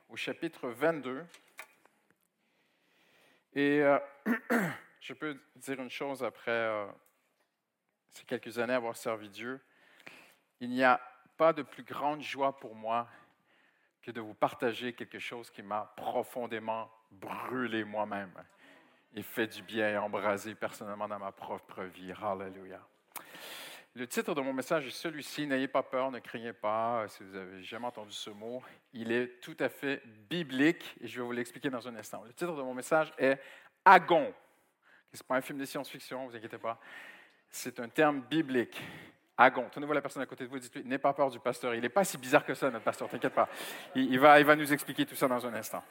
au chapitre 22. Et je peux dire une chose après ces quelques années avoir servi Dieu. Il n'y a pas de plus grande joie pour moi que de vous partager quelque chose qui m'a profondément brûlé moi-même et fait du bien et embrasé personnellement dans ma propre vie. Alléluia. Le titre de mon message est celui-ci, n'ayez pas peur, ne craignez pas, si vous n'avez jamais entendu ce mot. Il est tout à fait biblique et je vais vous l'expliquer dans un instant. Le titre de mon message est « Agon ». Ce n'est pas un film de science-fiction, ne vous inquiétez pas. C'est un terme biblique. Agon. Tournez-vous la personne à côté de vous et dites-lui, n'aie pas peur du pasteur. Il n'est pas si bizarre que ça, notre pasteur, t'inquiète pas. Il va nous expliquer tout ça dans un instant.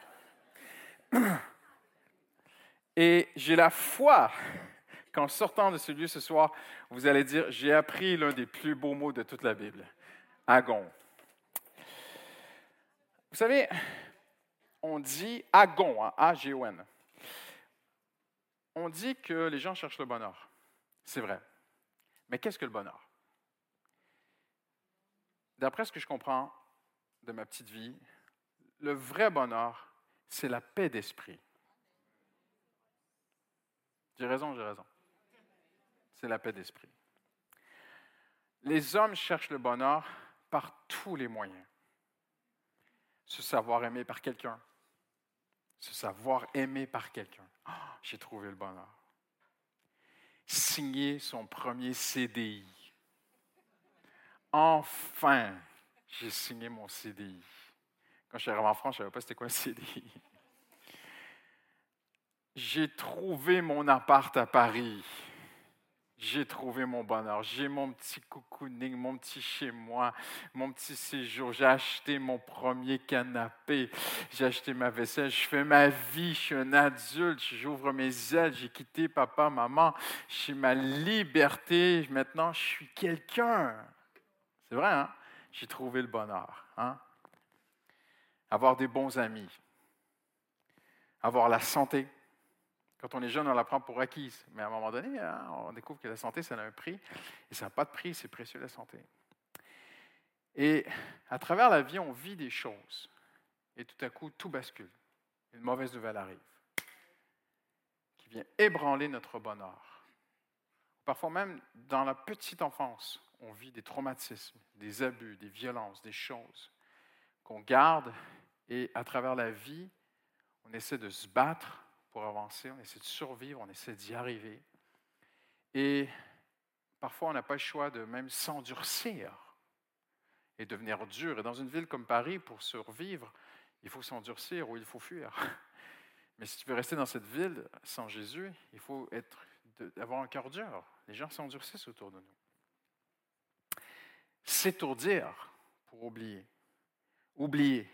Et j'ai la foi qu'en sortant de ce lieu ce soir, vous allez dire, j'ai appris l'un des plus beaux mots de toute la Bible. Agon. Vous savez, on dit agon, A-G-O-N. On dit que les gens cherchent le bonheur. C'est vrai. Mais qu'est-ce que le bonheur? D'après ce que je comprends de ma petite vie, le vrai bonheur, c'est la paix d'esprit. J'ai raison, j'ai raison. C'est la paix d'esprit. Les hommes cherchent le bonheur par tous les moyens. Se savoir aimer par quelqu'un. Se savoir aimer par quelqu'un. Oh, j'ai trouvé le bonheur. Signer son premier CDI. Enfin, j'ai signé mon CDI. Quand je suis arrivé en France, je ne savais pas c'était quoi un CDI. J'ai trouvé mon appart à Paris. J'ai trouvé mon bonheur. J'ai mon petit cocooning, mon petit chez-moi, mon petit séjour. J'ai acheté mon premier canapé. J'ai acheté ma vaisselle. Je fais ma vie. Je suis un adulte. J'ouvre mes ailes. J'ai quitté papa, maman. J'ai ma liberté. Maintenant, je suis quelqu'un. C'est vrai, hein? J'ai trouvé le bonheur. Hein? Avoir des bons amis. Avoir la santé. Quand on est jeune, on la prend pour acquise. Mais à un moment donné, hein, on découvre que la santé, ça a un prix. Et ça n'a pas de prix, c'est précieux la santé. Et à travers la vie, on vit des choses. Et tout à coup, tout bascule. Une mauvaise nouvelle arrive. Qui vient ébranler notre bonheur. Parfois même, dans la petite enfance, on vit des traumatismes, des abus, des violences, des choses qu'on garde. Et à travers la vie, on essaie de se battre pour avancer, on essaie de survivre, on essaie d'y arriver. Et parfois, on n'a pas le choix de même s'endurcir et devenir dur. Et dans une ville comme Paris, pour survivre, il faut s'endurcir ou il faut fuir. Mais si tu veux rester dans cette ville sans Jésus, il faut avoir un cœur dur. Les gens s'endurcissent autour de nous. S'étourdir pour oublier. Oublier.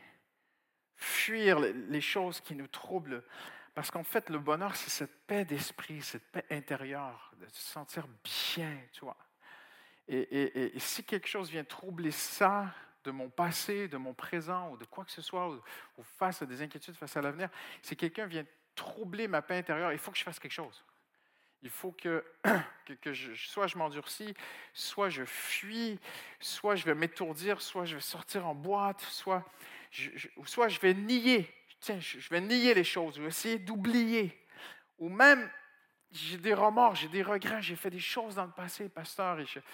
Fuir les choses qui nous troublent. Parce qu'en fait, le bonheur, c'est cette paix d'esprit, cette paix intérieure, de se sentir bien, tu vois. Et si quelque chose vient troubler ça de mon passé, de mon présent, ou de quoi que ce soit, ou face à des inquiétudes, face à l'avenir, si quelqu'un vient troubler ma paix intérieure, il faut que je fasse quelque chose. Il faut que soit je m'endurcis, soit je fuis, soit je vais m'étourdir, soit je vais sortir en boîte, soit je vais nier. Tiens, je vais nier les choses, je vais essayer d'oublier. Ou même, j'ai des remords, j'ai des regrets, j'ai fait des choses dans le passé, pasteur.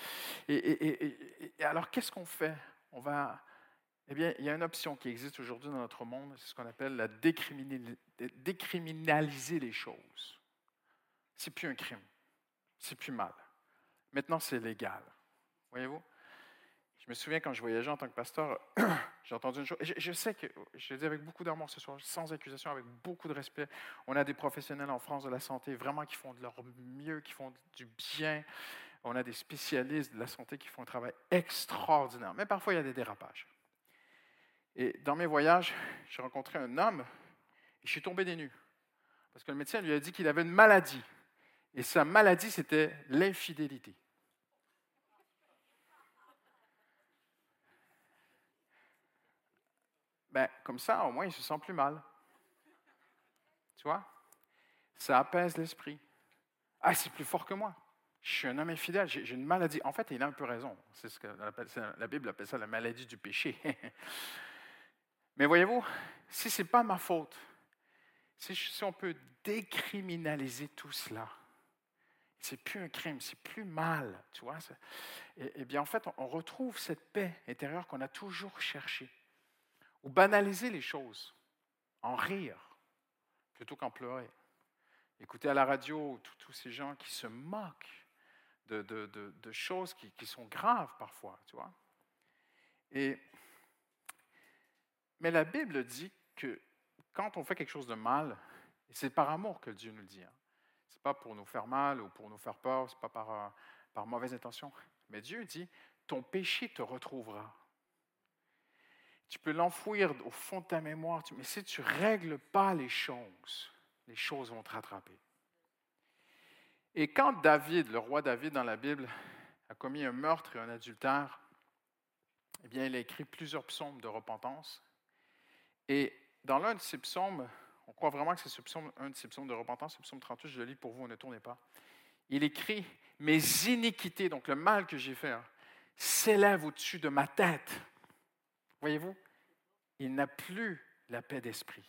Et alors, qu'est-ce qu'on fait? Eh bien, il y a une option qui existe aujourd'hui dans notre monde, c'est ce qu'on appelle la décriminaliser les choses. C'est plus un crime, c'est plus mal. Maintenant, c'est légal. Voyez-vous? Je me souviens quand je voyageais en tant que pasteur, j'ai entendu une chose. Je sais que, je le dis avec beaucoup d'amour ce soir, sans accusation, avec beaucoup de respect. On a des professionnels en France de la santé vraiment qui font de leur mieux, qui font du bien. On a des spécialistes de la santé qui font un travail extraordinaire. Mais parfois, il y a des dérapages. Et dans mes voyages, j'ai rencontré un homme et je suis tombé des nues. Parce que le médecin lui a dit qu'il avait une maladie. Et sa maladie, c'était l'infidélité. Ben, comme ça, au moins, il se sent plus mal. Tu vois? Ça apaise l'esprit. Ah, c'est plus fort que moi. Je suis un homme infidèle, j'ai une maladie. En fait, il a un peu raison. C'est ce que la Bible appelle ça la maladie du péché. Mais voyez-vous, si ce n'est pas ma faute, si on peut décriminaliser tout cela, c'est plus un crime, c'est plus mal, tu vois. Et bien, en fait, on retrouve cette paix intérieure qu'on a toujours cherchée. Ou banaliser les choses, en rire, plutôt qu'en pleurer. Écouter à la radio tous ces gens qui se moquent de choses qui sont graves parfois, tu vois. Mais la Bible dit que quand on fait quelque chose de mal, et c'est par amour que Dieu nous le dit, hein, ce n'est pas pour nous faire mal ou pour nous faire peur, ce n'est pas par mauvaise intention, mais Dieu dit, ton péché te retrouvera. Tu peux l'enfouir au fond de ta mémoire, mais si tu ne règles pas les choses vont te rattraper. Et quand David, le roi David dans la Bible, a commis un meurtre et un adultère, eh bien, il a écrit plusieurs psaumes de repentance. Et dans l'un de ces psaumes, on croit vraiment que c'est un de ces psaumes de repentance, c'est le psaume 38, je le lis pour vous, ne tournez pas. Il écrit « Mes iniquités, donc le mal que j'ai fait, s'élèvent au-dessus de ma tête. » Voyez-vous, il n'a plus la paix d'esprit.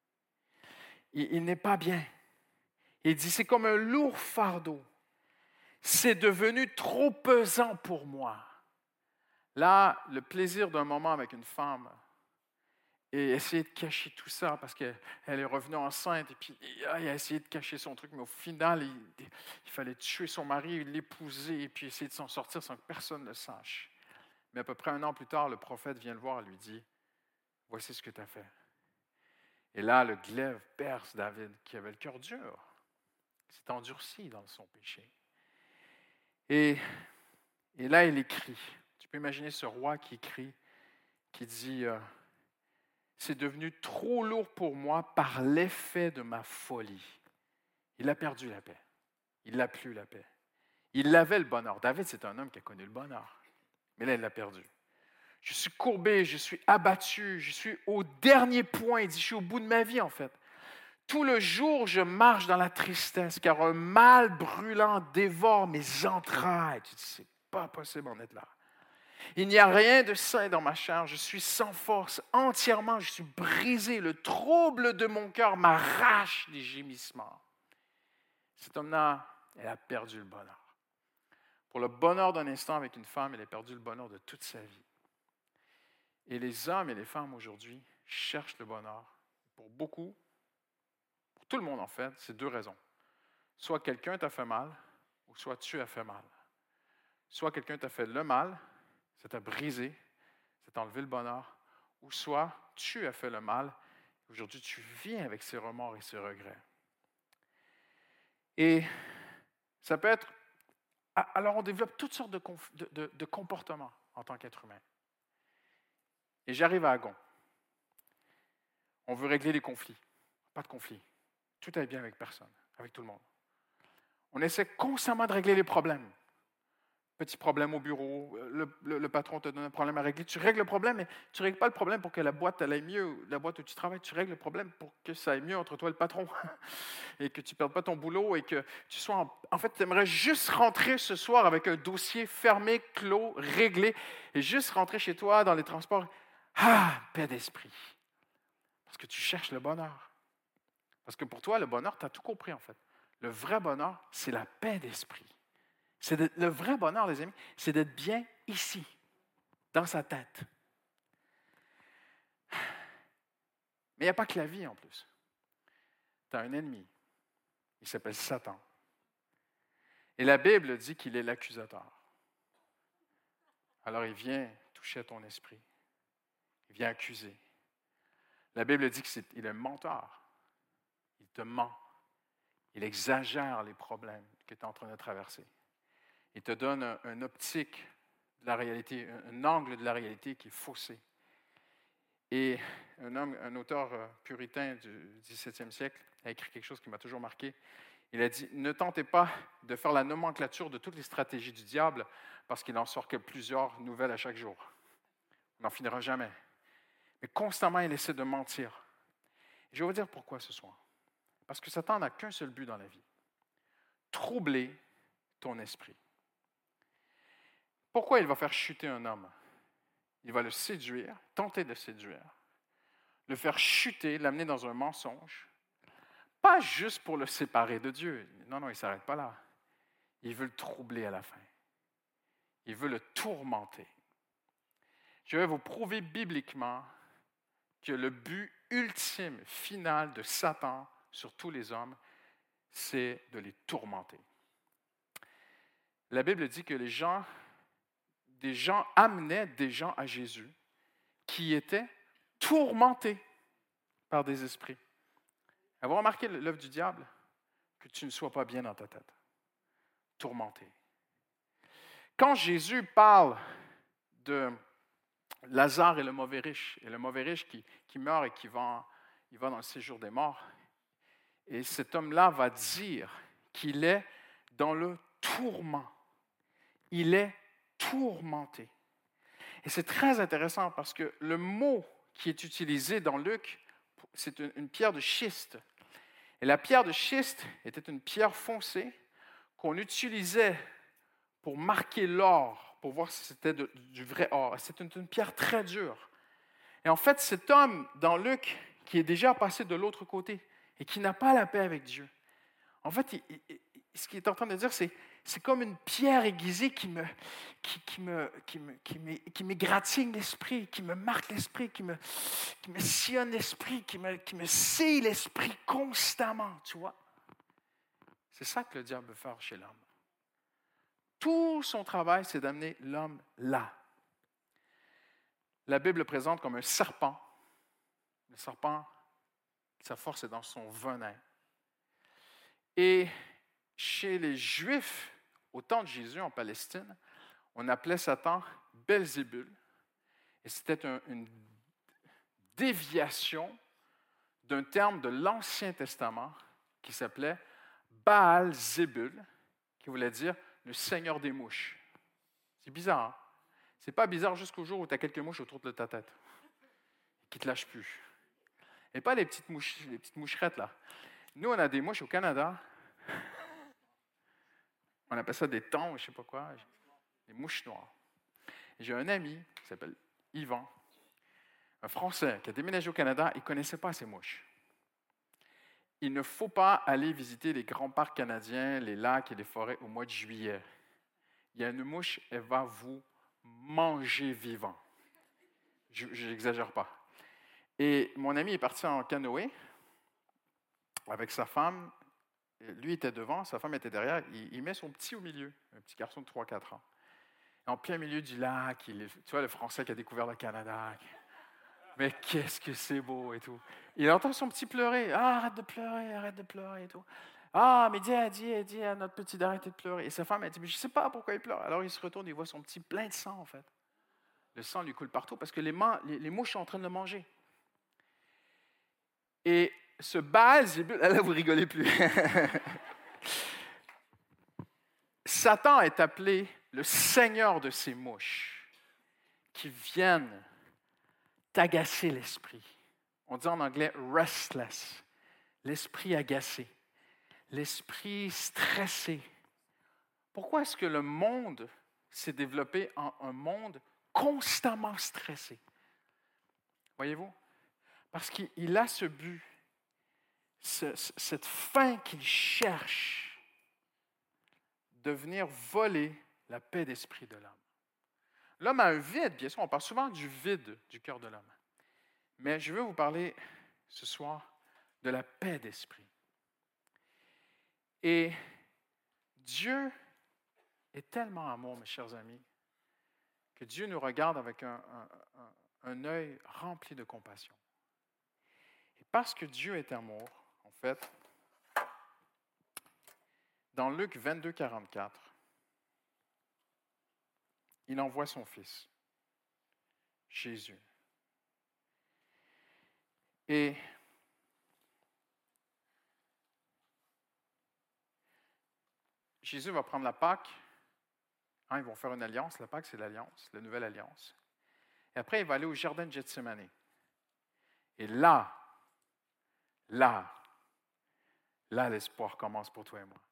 Il n'est pas bien. Il dit « C'est comme un lourd fardeau. C'est devenu trop pesant pour moi. » Là, le plaisir d'un moment avec une femme, et essayer de cacher tout ça parce qu'elle est revenue enceinte et puis il a essayé de cacher son truc, mais au final, il fallait tuer son mari, l'épouser et puis essayer de s'en sortir sans que personne ne le sache. Mais à peu près 1 an plus tard, le prophète vient le voir et lui dit « Voici ce que tu as fait. » Et là, le glaive perce David, qui avait le cœur dur, qui s'est endurci dans son péché. Et là, il écrit. Tu peux imaginer ce roi qui écrit, qui dit c'est devenu trop lourd pour moi par l'effet de ma folie. Il a perdu la paix. Il n'a plus la paix. Il avait le bonheur. David, c'est un homme qui a connu le bonheur. Mais là, il l'a perdu. Je suis courbé, je suis abattu, je suis au dernier point. Il dit, je suis au bout de ma vie, en fait. Tout le jour, je marche dans la tristesse, car un mal brûlant dévore mes entrailles. Tu dis, c'est pas possible d'en être là. Il n'y a rien de sain dans ma chair, je suis sans force, entièrement, je suis brisé. Le trouble de mon cœur m'arrache des gémissements. Cet homme-là, elle a perdu le bonheur. Pour le bonheur d'un instant avec une femme, elle a perdu le bonheur de toute sa vie. Et les hommes et les femmes aujourd'hui cherchent le bonheur. Pour beaucoup, pour tout le monde en fait, c'est 2 raisons. Soit quelqu'un t'a fait mal, ou soit tu as fait mal. Soit quelqu'un t'a fait le mal, ça t'a brisé, ça t'a enlevé le bonheur, ou soit tu as fait le mal, aujourd'hui tu vis avec ces remords et ces regrets. Et ça peut être... Alors on développe toutes sortes de comportements en tant qu'être humain. Et j'arrive à Agon. On veut régler les conflits. Pas de conflit. Tout est bien avec personne, avec tout le monde. On essaie constamment de régler les problèmes. Petit problème au bureau, le patron te donne un problème à régler. Tu règles le problème, mais tu ne règles pas le problème pour que la boîte aille mieux, la boîte où tu travailles. Tu règles le problème pour que ça aille mieux entre toi et le patron et que tu ne perdes pas ton boulot et que tu sois... En fait, tu aimerais juste rentrer ce soir avec un dossier fermé, clos, réglé et juste rentrer chez toi dans les transports. Ah, paix d'esprit. Parce que tu cherches le bonheur. Parce que pour toi, le bonheur, tu as tout compris en fait. Le vrai bonheur, c'est la paix d'esprit. Le vrai bonheur, les amis, c'est d'être bien ici, dans sa tête. Mais il n'y a pas que la vie en plus. Tu as un ennemi. Il s'appelle Satan. Et la Bible dit qu'il est l'accusateur. Alors il vient toucher à ton esprit. Il vient accuser. La Bible dit qu'il est un menteur. Il te ment. Il exagère les problèmes que tu es en train de traverser. Il te donne une optique de la réalité, un angle de la réalité qui est faussé. Et un auteur puritain du XVIIe siècle a écrit quelque chose qui m'a toujours marqué. Il a dit « Ne tentez pas de faire la nomenclature de toutes les stratégies du diable parce qu'il en sort que plusieurs nouvelles à chaque jour. On n'en finira jamais. Mais constamment, il essaie de mentir. Et je vais vous dire pourquoi ce soir. Parce que Satan n'a qu'un seul but dans la vie. Troubler ton esprit. Pourquoi il va faire chuter un homme? Il va le séduire, tenter de le séduire, le faire chuter, l'amener dans un mensonge, pas juste pour le séparer de Dieu. Non, il ne s'arrête pas là. Il veut le troubler à la fin. Il veut le tourmenter. Je vais vous prouver bibliquement que le but ultime, final de Satan sur tous les hommes, c'est de les tourmenter. La Bible dit que des gens amenaient des gens à Jésus qui étaient tourmentés par des esprits. Avez-vous remarqué l'œuvre du diable? Que tu ne sois pas bien dans ta tête. Tourmenté. Quand Jésus parle de Lazare et le mauvais riche qui meurt et il va dans le séjour des morts, et cet homme-là va dire qu'il est dans le tourment. Il est tourmenté. Et c'est très intéressant parce que le mot qui est utilisé dans Luc, c'est une pierre de schiste. Et la pierre de schiste était une pierre foncée qu'on utilisait pour marquer l'or, pour voir si c'était du vrai or. C'est une pierre très dure. Et en fait, cet homme dans Luc, qui est déjà passé de l'autre côté et qui n'a pas la paix avec Dieu, en fait, ce qu'il est en train de dire, c'est comme une pierre aiguisée qui m'égratigne l'esprit, qui me marque l'esprit, qui me sillonne l'esprit, qui me scie l'esprit constamment, tu vois. C'est ça que le diable veut faire chez l'homme. Tout son travail, c'est d'amener l'homme là. La Bible le présente comme un serpent. Le serpent, sa force est dans son venin. Et chez les Juifs, au temps de Jésus en Palestine, on appelait Satan Belzébul. Et c'était une déviation d'un terme de l'Ancien Testament qui s'appelait Baal-Zébul, qui voulait dire le Seigneur des mouches. C'est bizarre, hein? C'est pas bizarre jusqu'au jour où tu as quelques mouches autour de ta tête qui ne te lâchent plus. Et pas les petites moucherettes, là. Nous, on a des mouches au Canada. On appelle ça des thons, je ne sais pas quoi. Des mouches noires. Et j'ai un ami qui s'appelle Yvan, un Français qui a déménagé au Canada. Il ne connaissait pas ces mouches. Il ne faut pas aller visiter les grands parcs canadiens, les lacs et les forêts au mois de juillet. Il y a une mouche, elle va vous manger vivant. Je n'exagère pas. Et mon ami est parti en canoë avec sa femme. Lui était devant, sa femme était derrière. Il met son petit au milieu, un petit garçon de 3-4 ans. En plein milieu du lac, tu vois, le Français qui a découvert le Canada. Mais qu'est-ce que c'est beau et tout. Il entend son petit pleurer. Ah, arrête de pleurer et tout. Ah, mais dis à notre petit d'arrêter de pleurer. Et sa femme, elle dit, mais je ne sais pas pourquoi il pleure. Alors il se retourne, il voit son petit plein de sang, en fait. Le sang lui coule partout parce que les mouches sont en train de le manger. Et ce Baal-Zébul, là, vous rigolez plus. Satan est appelé le seigneur de ces mouches qui viennent t'agacer l'esprit. On dit en anglais restless, l'esprit agacé, l'esprit stressé. Pourquoi est-ce que le monde s'est développé en un monde constamment stressé? Voyez-vous? Parce qu'il a ce but, cette fin qu'il cherche de venir voler la paix d'esprit de l'homme. L'homme a un vide, bien sûr, on parle souvent du vide du cœur de l'homme. Mais je veux vous parler ce soir de la paix d'esprit. Et Dieu est tellement amour, mes chers amis, que Dieu nous regarde avec un œil rempli de compassion. Et parce que Dieu est amour, en fait, dans Luc 22, 44, il envoie son Fils, Jésus. Et Jésus va prendre la Pâque. Ils vont faire une alliance. La Pâque, c'est l'alliance, la nouvelle alliance. Et après, il va aller au jardin de Gethsémani. Et là, l'espoir commence pour toi et moi.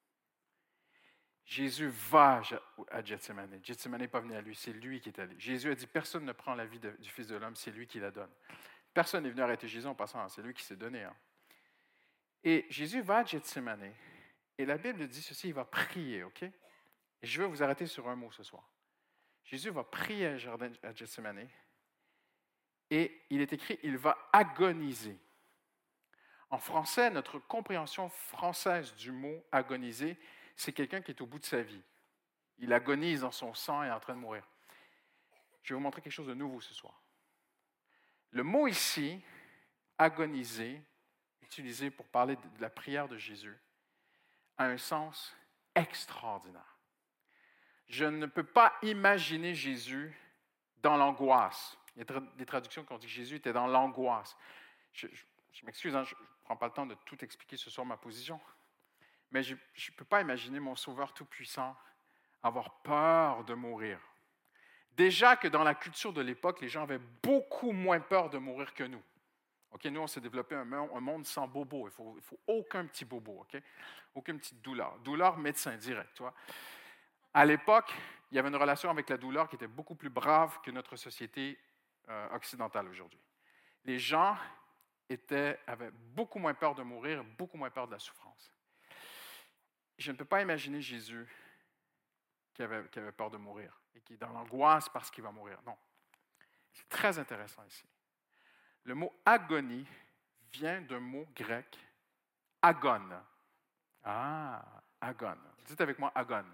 Jésus va à Gethsémani. Gethsémani n'est pas venu à lui, c'est lui qui est allé. Jésus a dit, personne ne prend la vie du Fils de l'homme, c'est lui qui la donne. Personne n'est venu arrêter Jésus en passant, hein. C'est lui qui s'est donné. Hein. Et Jésus va à Gethsémane. Et la Bible dit ceci, il va prier, OK? Et je veux vous arrêter sur un mot ce soir. Jésus va prier à Gethsémane. Et il est écrit, il va agoniser. En français, notre compréhension française du mot agoniser, c'est quelqu'un qui est au bout de sa vie. Il agonise dans son sang et est en train de mourir. Je vais vous montrer quelque chose de nouveau ce soir. Le mot ici, agoniser, utilisé pour parler de la prière de Jésus, a un sens extraordinaire. Je ne peux pas imaginer Jésus dans l'angoisse. Il y a des traductions qui ont dit que Jésus était dans l'angoisse. Je m'excuse, hein, je ne prends pas le temps de tout expliquer ce soir ma position, mais je ne peux pas imaginer mon Sauveur Tout-Puissant avoir peur de mourir. Déjà que dans la culture de l'époque, les gens avaient beaucoup moins peur de mourir que nous. Okay, nous, on s'est développé un monde sans bobo. Il ne faut aucun petit bobo, okay? Aucune petite douleur. Douleur, médecin direct. Tu vois? À l'époque, il y avait une relation avec la douleur qui était beaucoup plus brave que notre société occidentale aujourd'hui. Les gens avaient beaucoup moins peur de mourir, beaucoup moins peur de la souffrance. Je ne peux pas imaginer Jésus qui avait peur de mourir et qui est dans l'angoisse parce qu'il va mourir. Non. C'est très intéressant ici. Le mot agonie vient d'un mot grec, agone. Ah, agone. Dites avec moi agone.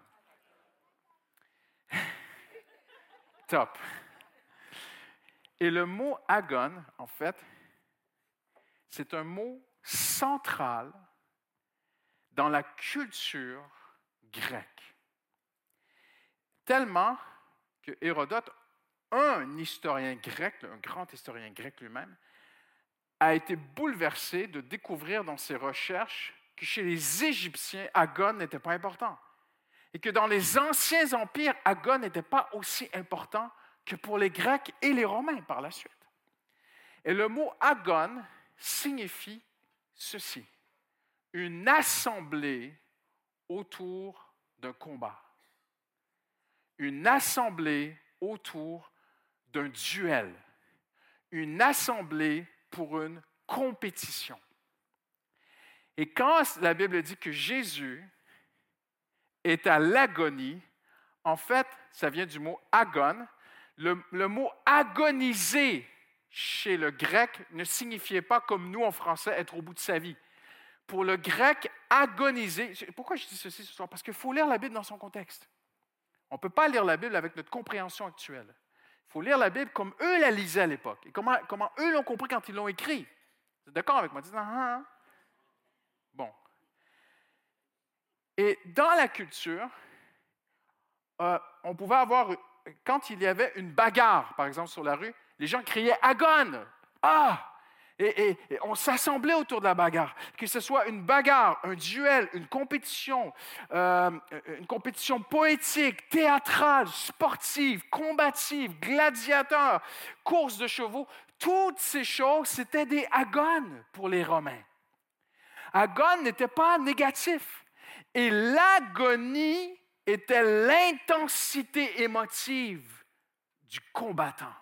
Top. Et le mot agone, en fait, c'est un mot central dans la culture grecque. Tellement que Hérodote, un historien grec, un grand historien grec lui-même, a été bouleversé de découvrir dans ses recherches que chez les Égyptiens, agone n'était pas important. Et que dans les anciens empires, agone n'était pas aussi important que pour les Grecs et les Romains par la suite. Et le mot agone signifie ceci, une assemblée autour d'un combat, une assemblée autour d'un duel, une assemblée pour une compétition. Et quand la Bible dit que Jésus est à l'agonie, en fait, ça vient du mot agone. Le mot agoniser chez le grec ne signifiait pas comme nous en français être au bout de sa vie. Pour le grec, agoniser, pourquoi je dis ceci ce soir? Parce qu'il faut lire la Bible dans son contexte. On ne peut pas lire la Bible avec notre compréhension actuelle. Il faut lire la Bible comme eux la lisaient à l'époque et comment eux l'ont compris quand ils l'ont écrit. Vous êtes d'accord avec moi? Dites, ah. Bon. Et dans la culture, on pouvait avoir, quand il y avait une bagarre, par exemple, sur la rue, les gens criaient « Agone !» Ah! Et on s'assemblait autour de la bagarre. Que ce soit une bagarre, un duel, une compétition poétique, théâtrale, sportive, combative, gladiateur, course de chevaux, toutes ces choses, c'était des agones pour les Romains. Agone n'était pas négatif. Et l'agonie était l'intensité émotive du combattant.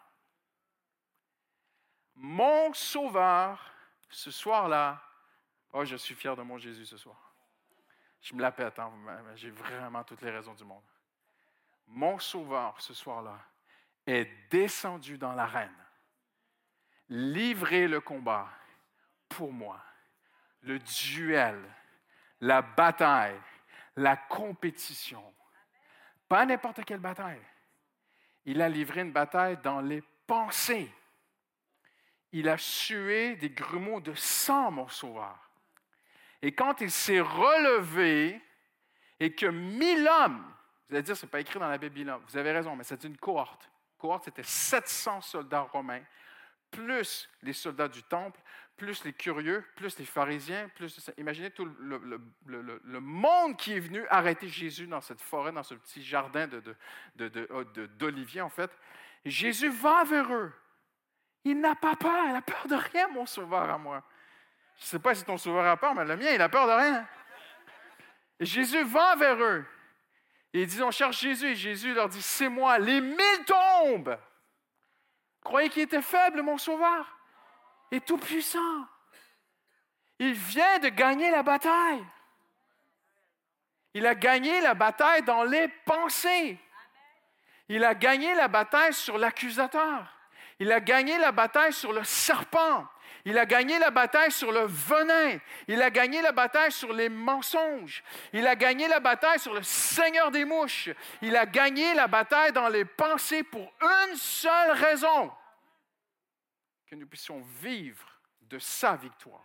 Mon Sauveur, ce soir-là, oh, je suis fier de mon Jésus ce soir. Je me la pète, hein, j'ai vraiment toutes les raisons du monde. Mon Sauveur, ce soir-là, est descendu dans l'arène, livré le combat pour moi, le duel, la bataille, la compétition. Pas n'importe quelle bataille. Il a livré une bataille dans les pensées. Il a sué des grumeaux de sang, mon Sauveur. Et quand il s'est relevé et que 1000 hommes, vous allez dire, ce n'est pas écrit dans la Bible 1000 hommes, vous avez raison, mais c'est une cohorte. Cohorte, c'était 700 soldats romains, plus les soldats du temple, plus les curieux, plus les pharisiens, plus, imaginez tout le monde qui est venu arrêter Jésus dans cette forêt, dans ce petit jardin d'oliviers, en fait. Et Jésus va vers eux. Il n'a pas peur, il n'a peur de rien, mon Sauveur à moi. Je ne sais pas si ton Sauveur a peur, mais le mien, il n'a peur de rien. Et Jésus va vers eux. Et ils disent, on cherche Jésus. Et Jésus leur dit, c'est moi. Les 1000 tombent. Croyez qu'il était faible, mon Sauveur? est tout-puissant. Il vient de gagner la bataille. Il a gagné la bataille dans les pensées. Il a gagné la bataille sur l'accusateur. Il a gagné la bataille sur le serpent. Il a gagné la bataille sur le venin. Il a gagné la bataille sur les mensonges. Il a gagné la bataille sur le Seigneur des mouches. Il a gagné la bataille dans les pensées pour une seule raison, que nous puissions vivre de sa victoire.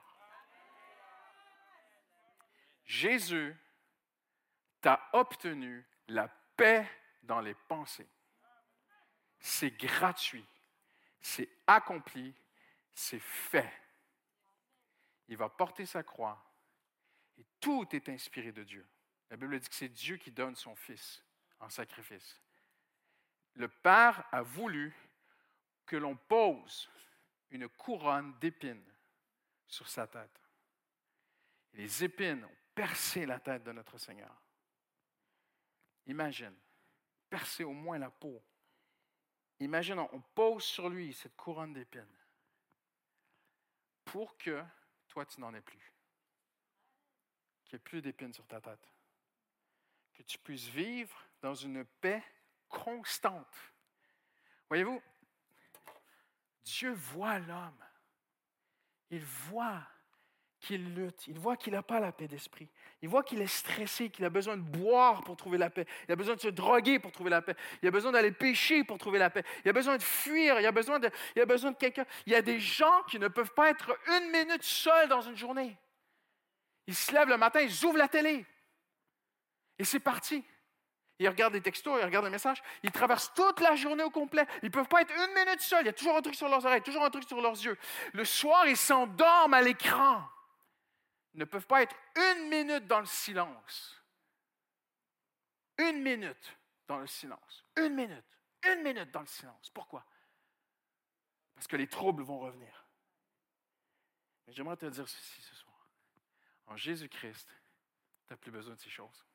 Jésus t'a obtenu la paix dans les pensées. C'est gratuit, c'est accompli, c'est fait. Il va porter sa croix et tout est inspiré de Dieu. La Bible dit que c'est Dieu qui donne son Fils en sacrifice. Le Père a voulu que l'on pose une couronne d'épines sur sa tête. Et les épines ont percé la tête de notre Seigneur. Imagine, percer au moins la peau. Imagine, on pose sur lui cette couronne d'épines pour que toi, tu n'en aies plus. Qu'il n'y ait plus d'épines sur ta tête. Que tu puisses vivre dans une paix constante. Voyez-vous, Dieu voit l'homme. Il voit qu'il lutte. Il voit qu'il n'a pas la paix d'esprit. Il voit qu'il est stressé, qu'il a besoin de boire pour trouver la paix. Il a besoin de se droguer pour trouver la paix. Il a besoin d'aller pécher pour trouver la paix. Il a besoin de fuir. Il a besoin de quelqu'un. Il y a des gens qui ne peuvent pas être une minute seuls dans une journée. Ils se lèvent le matin, ils ouvrent la télé. Et c'est parti. Ils regardent les textos, ils regardent les messages. Ils traversent toute la journée au complet. Ils ne peuvent pas être une minute seuls. Il y a toujours un truc sur leurs oreilles, toujours un truc sur leurs yeux. Le soir, ils s'endorment à l'écran. Ils ne peuvent pas être une minute dans le silence. Une minute dans le silence. Une minute dans le silence. Pourquoi? Parce que les troubles vont revenir. Mais j'aimerais te dire ceci ce soir. En Jésus-Christ, tu n'as plus besoin de ces choses.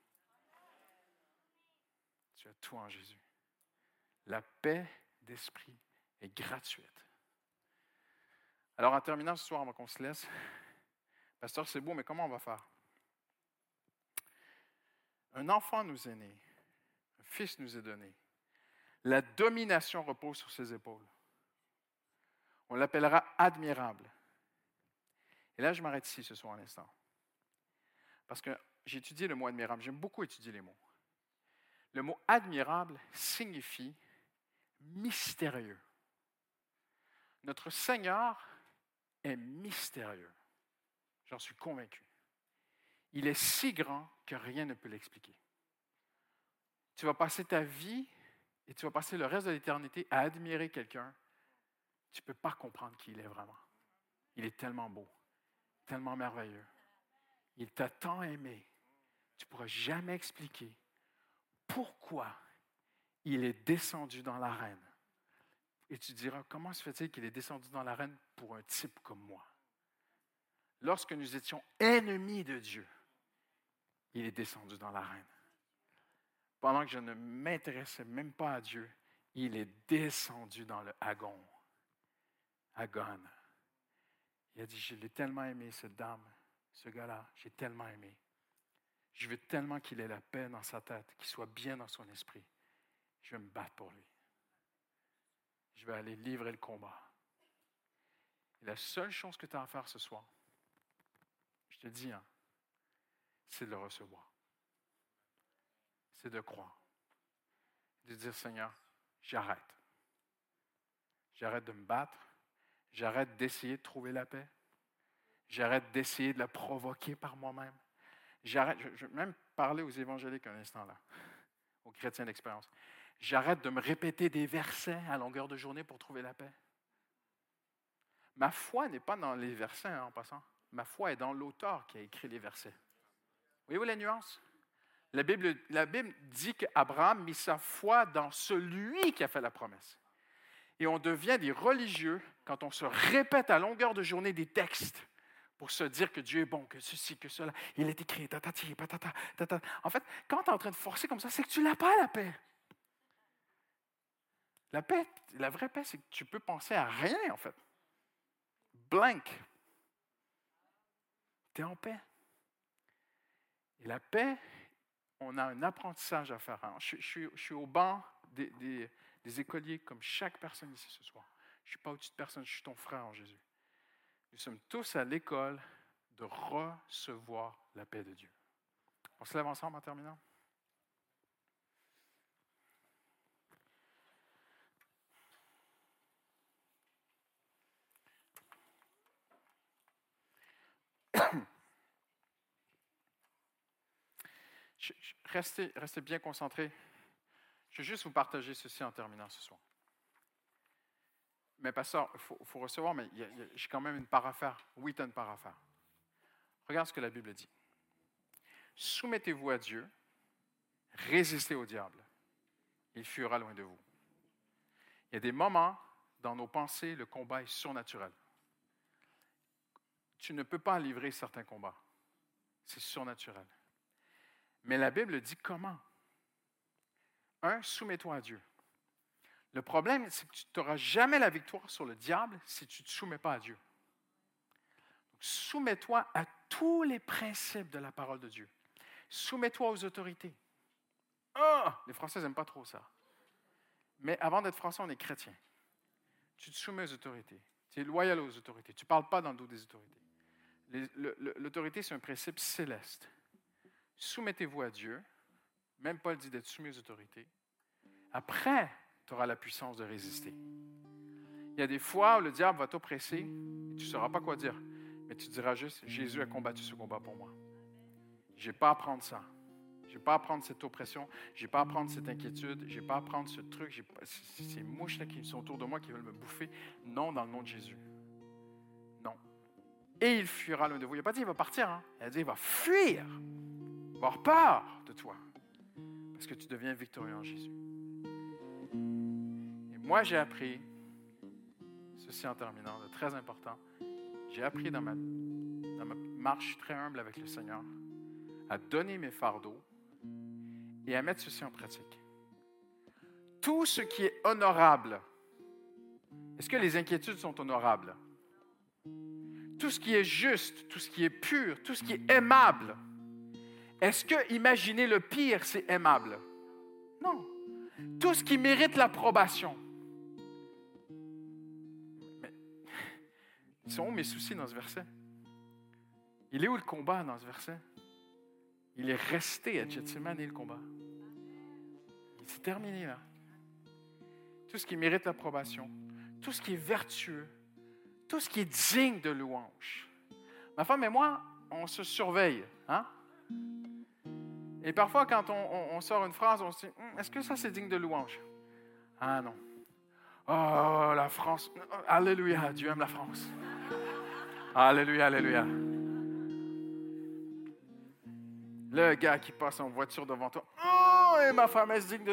Tu as tout en Jésus. La paix d'esprit est gratuite. Alors, en terminant ce soir, avant qu'on se laisse, pasteur, c'est beau, mais comment on va faire? Un enfant nous est né, un fils nous est donné. La domination repose sur ses épaules. On l'appellera admirable. Et là, je m'arrête ici ce soir un instant. Parce que j'ai étudié le mot admirable. J'aime beaucoup étudier les mots. Le mot admirable signifie mystérieux. Notre Seigneur est mystérieux. J'en suis convaincu. Il est si grand que rien ne peut l'expliquer. Tu vas passer ta vie et tu vas passer le reste de l'éternité à admirer quelqu'un. Tu ne peux pas comprendre qui il est vraiment. Il est tellement beau, tellement merveilleux. Il t'a tant aimé. Tu ne pourras jamais expliquer pourquoi il est descendu dans l'arène. Et tu diras, comment se fait-il qu'il est descendu dans l'arène pour un type comme moi? Lorsque nous étions ennemis de Dieu, il est descendu dans l'arène. Pendant que je ne m'intéressais même pas à Dieu, il est descendu dans le Agon. Il a dit, je l'ai tellement aimé, cette dame, ce gars-là, j'ai tellement aimé. Je veux tellement qu'il ait la paix dans sa tête, qu'il soit bien dans son esprit. Je vais me battre pour lui. Je vais aller livrer le combat. Et la seule chose que tu as à faire ce soir, je te dis, c'est de le recevoir. C'est de croire. De dire, Seigneur, j'arrête. J'arrête de me battre. J'arrête d'essayer de trouver la paix. J'arrête d'essayer de la provoquer par moi-même. J'arrête, je vais même parler aux évangéliques un instant là, aux chrétiens d'expérience. J'arrête de me répéter des versets à longueur de journée pour trouver la paix. Ma foi n'est pas dans les versets en passant. Ma foi est dans l'auteur qui a écrit les versets. Voyez-vous la nuance? La Bible dit qu'Abraham mit sa foi dans celui qui a fait la promesse. Et on devient des religieux quand on se répète à longueur de journée des textes pour se dire que Dieu est bon, que ceci, que cela. Il est écrit, tatati, patata, tatata. En fait, quand tu es en train de forcer comme ça, c'est que tu n'as pas la paix. La paix, la vraie paix, c'est que tu peux penser à rien, en fait. blank. Tu es en paix. Et la paix, on a un apprentissage à faire. Alors, je suis au banc des écoliers comme chaque personne ici ce soir. Je ne suis pas au-dessus de personne, je suis ton frère en Jésus. Nous sommes tous à l'école de recevoir la paix de Dieu. On se lève ensemble en terminant? Restez bien concentrés. Je vais juste vous partager ceci en terminant ce soir. Mais pasteur, il faut recevoir, mais j'ai quand même une part à faire. Oui, tu as une part à faire. Regarde ce que la Bible dit. Soumettez-vous à Dieu, résistez au diable. Il fuira loin de vous. Il y a des moments dans nos pensées, le combat est surnaturel. Tu ne peux pas livrer certains combats. C'est surnaturel. Mais la Bible dit comment? Soumets-toi à Dieu. Le problème, c'est que tu n'auras jamais la victoire sur le diable si tu ne te soumets pas à Dieu. Donc, soumets-toi à tous les principes de la parole de Dieu. Soumets-toi aux autorités. Les Français n'aiment pas trop ça. Mais avant d'être Français, on est chrétien. Tu te soumets aux autorités. Tu es loyal aux autorités. Tu ne parles pas dans le dos des autorités. L'autorité, c'est un principe céleste. Soumettez-vous à Dieu. Même Paul dit d'être soumis aux autorités. Après, tu auras la puissance de résister. Il y a des fois où le diable va t'oppresser et tu ne sauras pas quoi dire. Mais tu diras juste, Jésus a combattu ce combat pour moi. Je n'ai pas à prendre ça. Je n'ai pas à prendre cette oppression. Je n'ai pas à prendre cette inquiétude. Je n'ai pas à prendre ce truc. Ces mouches là qui sont autour de moi qui veulent me bouffer. Non, dans le nom de Jésus. Non. Et il fuira loin de vous. Il n'a pas dit qu'il va partir. Hein? Il a dit qu'il va fuir. Il va avoir peur de toi. Parce que tu deviens victorieux en Jésus. Et moi, j'ai appris, ceci en terminant, de très important, j'ai appris dans ma marche très humble avec le Seigneur à donner mes fardeaux et à mettre ceci en pratique. Tout ce qui est honorable, est-ce que les inquiétudes sont honorables? Tout ce qui est juste, tout ce qui est pur, tout ce qui est aimable, est-ce que imaginer le pire, c'est aimable? Non. Tout ce qui mérite l'approbation. Mais, ils sont où mes soucis dans ce verset? Il est où le combat dans ce verset? Il est resté à Gethsémane le combat. C'est terminé là. Tout ce qui mérite l'approbation, tout ce qui est vertueux, tout ce qui est digne de louange. Ma femme et moi, on se surveille, hein? Et parfois, quand on sort une phrase, on se dit, est-ce que ça, c'est digne de louange? Ah non. Oh, la France. Alléluia, Dieu aime la France. Alléluia, alléluia. Le gars qui passe en voiture devant toi. Oh, et ma femme est digne de